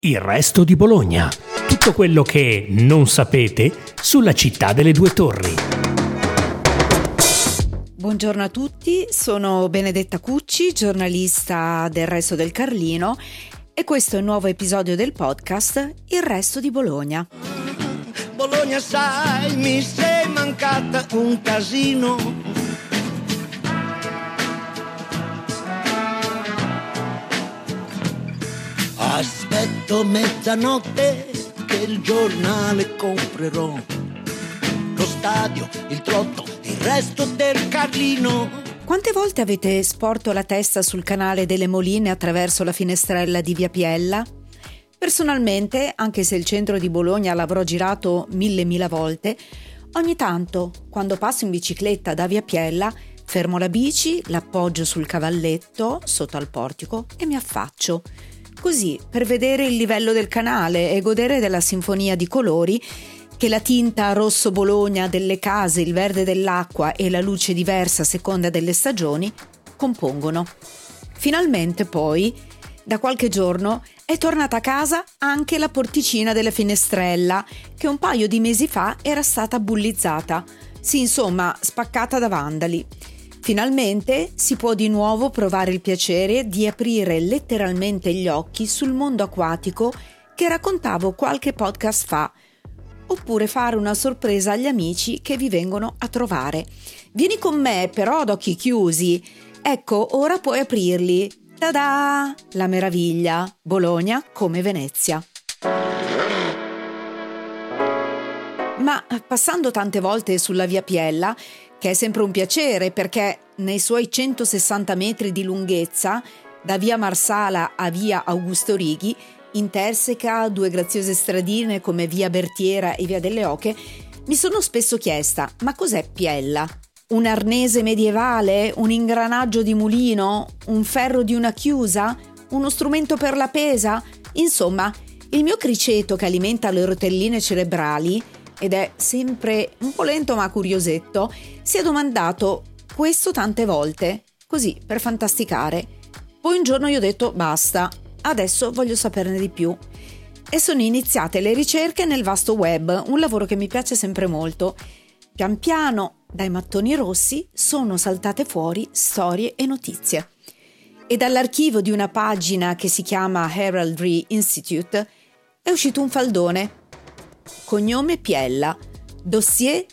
Il resto di Bologna. Tutto quello che non sapete sulla città delle due torri. Buongiorno a tutti, sono Benedetta Cucci, giornalista del Resto del Carlino, e questo è un nuovo episodio del podcast Il resto di Bologna. Bologna, sai, mi sei mancata un casino. Aspetto mezzanotte che il giornale comprerò. Lo stadio, il trotto, il resto del Carlino. Quante volte avete sporto la testa sul canale delle Moline attraverso la finestrella di Via Piella? Personalmente, anche se il centro di Bologna l'avrò girato mille volte, ogni tanto, quando passo in bicicletta da Via Piella, fermo la bici, l'appoggio sul cavalletto sotto al portico e mi affaccio. Così, per vedere il livello del canale e godere della sinfonia di colori che la tinta rosso Bologna delle case, il verde dell'acqua e la luce diversa a seconda delle stagioni compongono. Finalmente poi, da qualche giorno, è tornata a casa anche la porticina della finestrella, che un paio di mesi fa era stata bullizzata. Sì, insomma, spaccata da vandali. Finalmente si può di nuovo provare il piacere di aprire letteralmente gli occhi sul mondo acquatico che raccontavo qualche podcast fa, oppure fare una sorpresa agli amici che vi vengono a trovare. Vieni con me, però ad occhi chiusi. Ecco, ora puoi aprirli. Ta-da! La meraviglia. Bologna come Venezia. Ma passando tante volte sulla Via Piella, che è sempre un piacere perché nei suoi 160 metri di lunghezza, da Via Marsala a Via Augusto Righi, interseca due graziose stradine come Via Bertiera e Via delle Oche, mi sono spesso chiesta: ma cos'è Piella? Un arnese medievale? Un ingranaggio di mulino? Un ferro di una chiusa? Uno strumento per la pesa? Insomma, il mio criceto che alimenta le rotelline cerebrali, ed è sempre un po' lento ma curiosetto, si è domandato questo tante volte, così per fantasticare. Poi un giorno io ho detto basta, adesso voglio saperne di più. E sono iniziate le ricerche nel vasto web, un lavoro che mi piace sempre molto. Pian piano, dai mattoni rossi, sono saltate fuori storie e notizie. E dall'archivio di una pagina che si chiama Heraldry Institute è uscito un faldone. Cognome Piella, dossier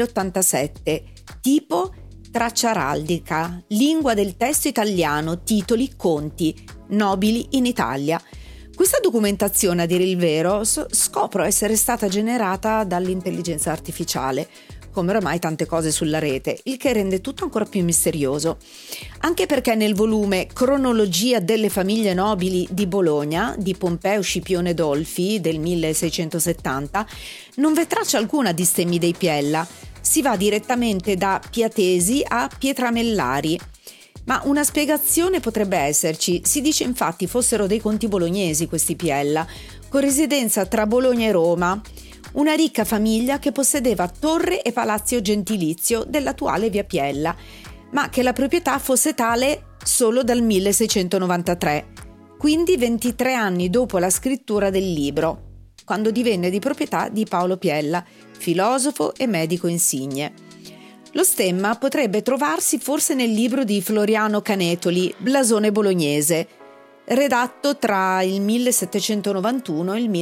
3087, tipo traccia araldica, lingua del testo italiano, titoli, conti, nobili in Italia. Questa documentazione, a dire il vero, scopro essere stata generata dall'intelligenza artificiale, come oramai tante cose sulla rete, il che rende tutto ancora più misterioso. Anche perché nel volume Cronologia delle famiglie nobili di Bologna di Pompeo Scipione Dolfi del 1670 non v'è traccia alcuna di stemmi dei Piella. Si va direttamente da Piatesi a Pietramellari. Ma una spiegazione potrebbe esserci. Si dice infatti fossero dei conti bolognesi questi Piella, con residenza tra Bologna e Roma. Una ricca famiglia che possedeva torre e palazzo gentilizio dell'attuale Via Piella, ma che la proprietà fosse tale solo dal 1693, quindi 23 anni dopo la scrittura del libro, quando divenne di proprietà di Paolo Piella, filosofo e medico insigne. Lo stemma potrebbe trovarsi forse nel libro di Floriano Canetoli, Blasone bolognese, redatto tra il 1791 e il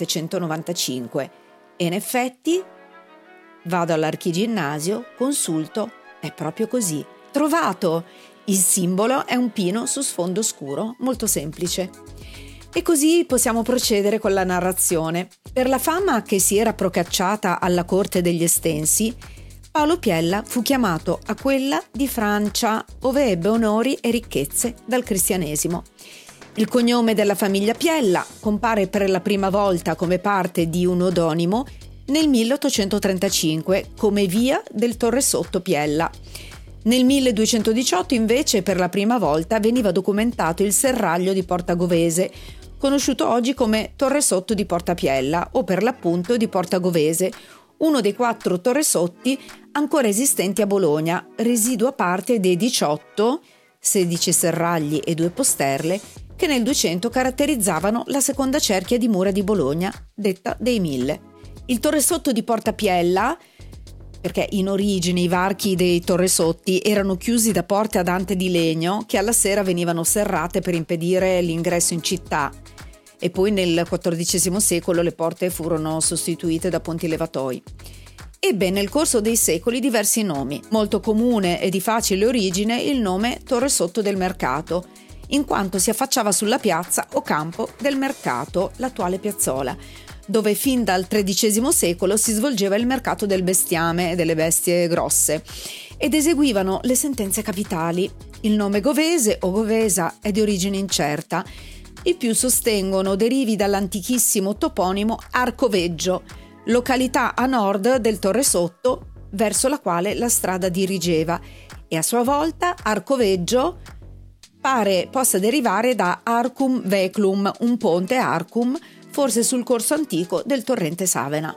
1795. E in effetti vado all'archiginnasio, consulto, è proprio così. Trovato! Il simbolo è un pino su sfondo scuro, molto semplice. E così possiamo procedere con la narrazione. Per la fama che si era procacciata alla corte degli Estensi, Paolo Piella fu chiamato a quella di Francia, ove ebbe onori e ricchezze dal cristianesimo. Il cognome della famiglia Piella compare per la prima volta come parte di un odonimo nel 1835 come via del Torre Sotto Piella. Nel 1218 invece per la prima volta veniva documentato il serraglio di Portagovese, conosciuto oggi come Torre Sotto di Porta Piella o per l'appunto di Portagovese, uno dei 4 torresotti ancora esistenti a Bologna, residuo a parte dei 18, 16 serragli e 2 posterle, che nel 200 caratterizzavano la seconda cerchia di mura di Bologna, detta dei Mille. Il Torresotto di Porta Piella, perché in origine i varchi dei Torresotti erano chiusi da porte ad ante di legno che alla sera venivano serrate per impedire l'ingresso in città, e poi nel XIV secolo le porte furono sostituite da ponti levatoi. Ebbe nel corso dei secoli diversi nomi. Molto comune e di facile origine il nome Torresotto del Mercato, in quanto si affacciava sulla piazza o campo del mercato, l'attuale piazzola, dove fin dal XIII secolo si svolgeva il mercato del bestiame e delle bestie grosse, ed eseguivano le sentenze capitali. Il nome Govese o Govesa è di origine incerta. I più sostengono derivi dall'antichissimo toponimo Arcoveggio, località a nord del Torresotto verso la quale la strada dirigeva, e a sua volta Arcoveggio pare possa derivare da Arcum Veclum, un ponte Arcum, forse sul corso antico del torrente Savena.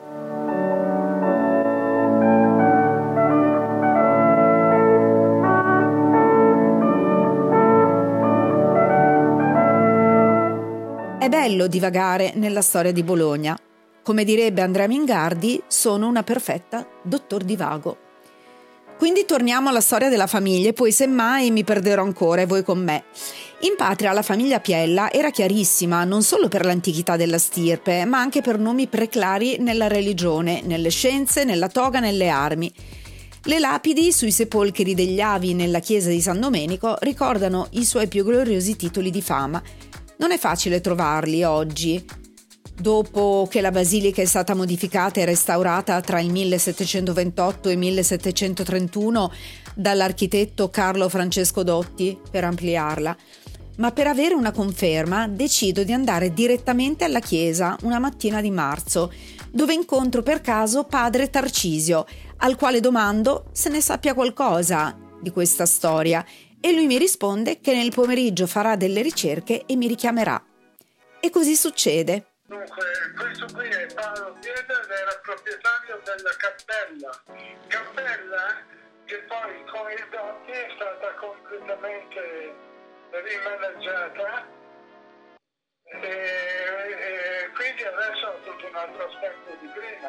È bello divagare nella storia di Bologna. Come direbbe Andrea Mingardi, sono una perfetta dottor divago. Quindi torniamo alla storia della famiglia e poi semmai mi perderò ancora e voi con me. In patria la famiglia Piella era chiarissima non solo per l'antichità della stirpe, ma anche per nomi preclari nella religione, nelle scienze, nella toga, nelle armi. Le lapidi sui sepolcri degli avi nella chiesa di San Domenico ricordano i suoi più gloriosi titoli di fama. Non è facile trovarli oggi. Dopo che la basilica è stata modificata e restaurata tra il 1728 e il 1731 dall'architetto Carlo Francesco Dotti per ampliarla, ma per avere una conferma decido di andare direttamente alla chiesa una mattina di marzo, dove incontro per caso padre Tarcisio, al quale domando se ne sappia qualcosa di questa storia, e lui mi risponde che nel pomeriggio farà delle ricerche e mi richiamerà. E così succede. Dunque, questo qui è Paolo Piella ed era proprietario della cappella che poi con i Dotti è stata completamente rimaneggiata e quindi adesso ha tutto un altro aspetto di prima.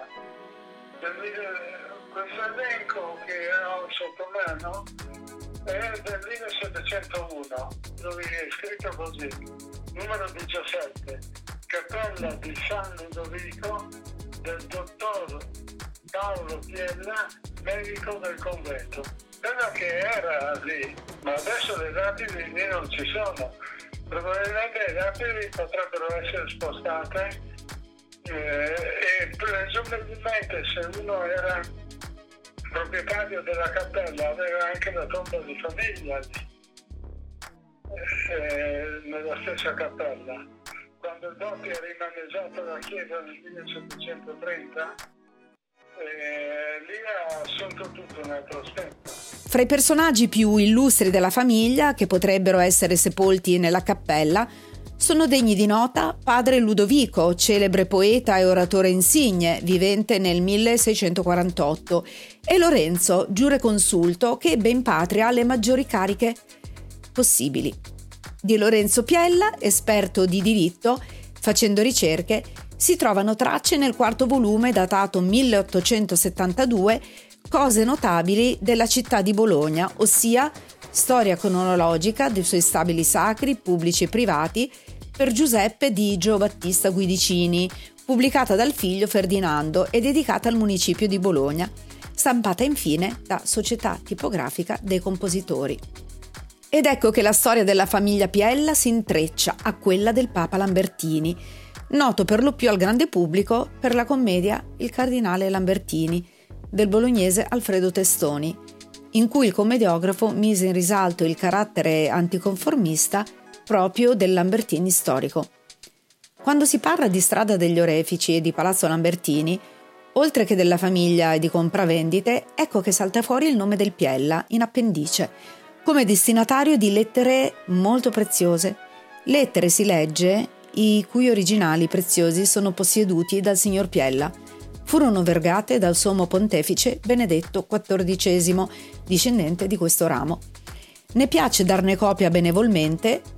Questo elenco che ho sotto mano è del 1701, dove è scritto così: numero 17, Cappella di San Ludovico del dottor Paolo Piella, medico del convento. Quello che era lì, ma adesso le lapidi lì non ci sono. Probabilmente le lapidi potrebbero essere spostate e presumibilmente se uno era proprietario della cappella aveva anche la tomba di famiglia lì, nella stessa cappella. Quando il Dotti ha rimaneggiato la chiesa nel 1730, lì ha assunto tutto un altro aspetto. Fra i personaggi più illustri della famiglia, che potrebbero essere sepolti nella cappella, sono degni di nota padre Ludovico, celebre poeta e oratore insigne, vivente nel 1648, e Lorenzo, giureconsulto, che ebbe in patria le maggiori cariche possibili. Di Lorenzo Piella, esperto di diritto, facendo ricerche, si trovano tracce nel quarto volume datato 1872, Cose notabili della città di Bologna, ossia storia cronologica dei suoi stabili sacri, pubblici e privati, per Giuseppe di Giobattista Guidicini, pubblicata dal figlio Ferdinando e dedicata al municipio di Bologna, stampata infine da Società Tipografica dei Compositori. Ed ecco che la storia della famiglia Piella si intreccia a quella del Papa Lambertini, noto per lo più al grande pubblico per la commedia Il Cardinale Lambertini, del bolognese Alfredo Testoni, in cui il commediografo mise in risalto il carattere anticonformista proprio del Lambertini storico. Quando si parla di Strada degli Orefici e di Palazzo Lambertini, oltre che della famiglia e di compravendite, ecco che salta fuori il nome del Piella in appendice, come destinatario di lettere molto preziose. Lettere, si legge, i cui originali preziosi sono posseduti dal signor Piella. Furono vergate dal sommo pontefice Benedetto XIV, discendente di questo ramo. Ne piace darne copia benevolmente,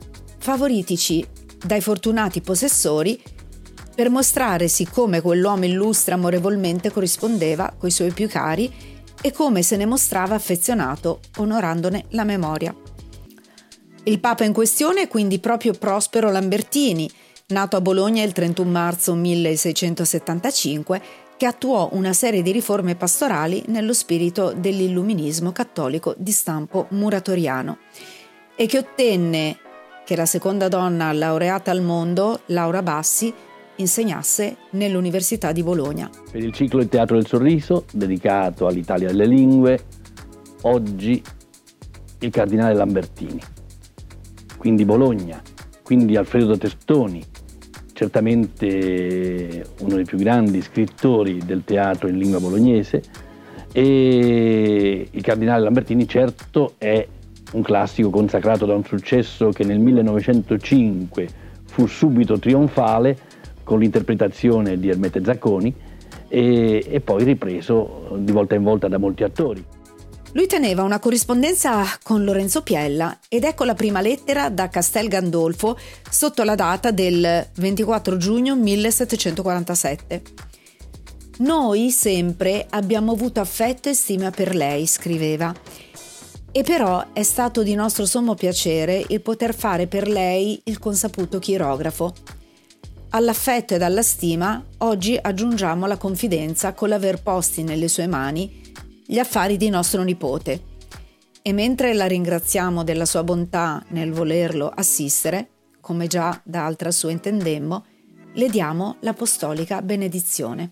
favoritici dai fortunati possessori per mostrare siccome quell'uomo illustre amorevolmente corrispondeva coi suoi più cari e come se ne mostrava affezionato, onorandone la memoria. Il papa in questione è quindi proprio Prospero Lambertini, nato a Bologna il 31 marzo 1675, che attuò una serie di riforme pastorali nello spirito dell'illuminismo cattolico di stampo muratoriano e che ottenne che la seconda donna laureata al mondo, Laura Bassi, insegnasse nell'Università di Bologna. Per il ciclo Il Teatro del Sorriso, dedicato all'Italia delle lingue, oggi il cardinale Lambertini. Quindi Bologna, quindi Alfredo Testoni, certamente uno dei più grandi scrittori del teatro in lingua bolognese, e il cardinale Lambertini certo è un classico consacrato da un successo che nel 1905 fu subito trionfale con l'interpretazione di Ermete Zacconi e poi ripreso di volta in volta da molti attori. Lui teneva una corrispondenza con Lorenzo Piella ed ecco la prima lettera da Castel Gandolfo sotto la data del 24 giugno 1747. Noi sempre abbiamo avuto affetto e stima per lei, scriveva, e però è stato di nostro sommo piacere il poter fare per lei il consaputo chirografo. All'affetto ed alla stima oggi aggiungiamo la confidenza con l'aver posti nelle sue mani gli affari di nostro nipote, e mentre la ringraziamo della sua bontà nel volerlo assistere, come già da altra sua intendemmo, le diamo l'apostolica benedizione.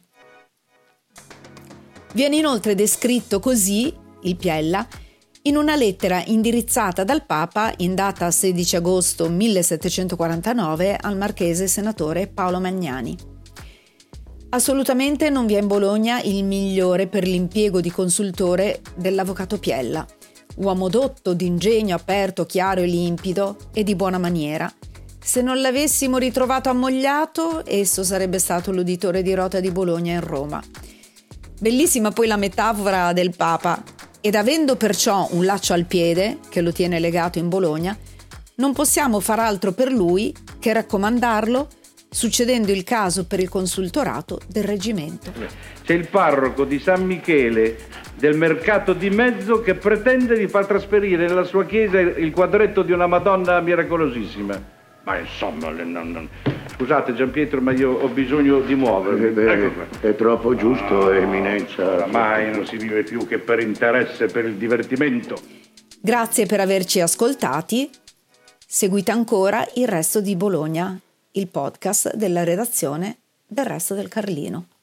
Viene inoltre descritto così il Piella in una lettera indirizzata dal Papa in data 16 agosto 1749 al marchese senatore Paolo Magnani. Assolutamente non vi è in Bologna il migliore per l'impiego di consultore dell'avvocato Piella, uomo dotto, d'ingegno aperto, chiaro e limpido e di buona maniera. Se non l'avessimo ritrovato ammogliato, esso sarebbe stato l'uditore di Rota di Bologna in Roma. Bellissima poi la metafora del Papa, ed avendo perciò un laccio al piede, che lo tiene legato in Bologna, non possiamo far altro per lui che raccomandarlo, succedendo il caso per il consultorato del reggimento. C'è il parroco di San Michele del Mercato di Mezzo che pretende di far trasferire nella sua chiesa il quadretto di una Madonna miracolosissima. Ma insomma, scusate Gianpietro, ma io ho bisogno di muovermi. È troppo giusto, Eminenza. Oramai non si vive più che per interesse, per il divertimento. Grazie per averci ascoltati. Seguite ancora Il Resto di Bologna, il podcast della redazione del Resto del Carlino.